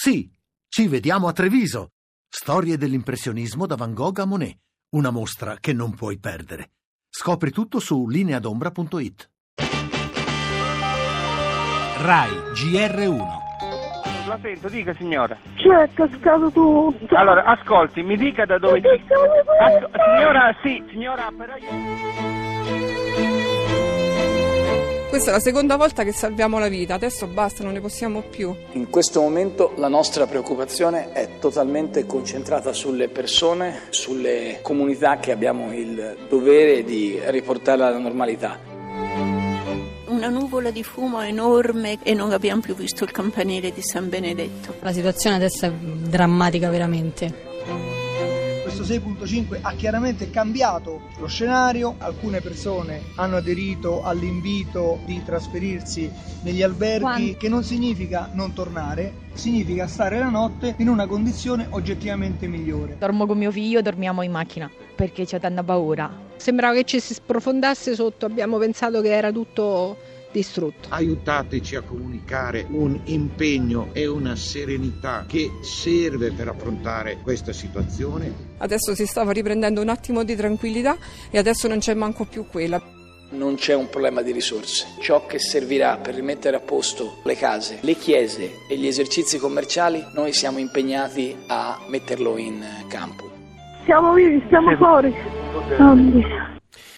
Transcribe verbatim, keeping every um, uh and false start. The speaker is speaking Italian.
Sì, ci vediamo a Treviso. Storie dell'impressionismo da Van Gogh a Monet. Una mostra che non puoi perdere. Scopri tutto su lineadombra punto it. Rai G R uno. La sento, dica signora. Cioè, è cascato tutto. Allora, ascolti, mi dica da dove... Asco- signora, sì, signora, però io... Questa è la seconda volta che salviamo la vita, adesso basta, non ne possiamo più. In questo momento la nostra preoccupazione è totalmente concentrata sulle persone, sulle comunità che abbiamo il dovere di riportare alla normalità. Una nuvola di fumo enorme e non abbiamo più visto il campanile di San Benedetto. La situazione adesso è drammatica veramente. Questo sei punto cinque ha chiaramente cambiato lo scenario, alcune persone hanno aderito all'invito di trasferirsi negli alberghi, Quando? che non significa non tornare, significa stare la notte in una condizione oggettivamente migliore. Dormo con mio figlio, dormiamo in macchina perché c'è tanta paura. Sembrava che ci si sprofondasse sotto, abbiamo pensato che era tutto distrutto. Aiutateci a comunicare un impegno e una serenità che serve per affrontare questa situazione. Adesso si stava riprendendo un attimo di tranquillità e adesso non c'è manco più quella. Non c'è un problema di risorse. Ciò che servirà per rimettere a posto le case, le chiese e gli esercizi commerciali, noi siamo impegnati a metterlo in campo. Siamo vivi, stiamo fuori. Oh, Dio.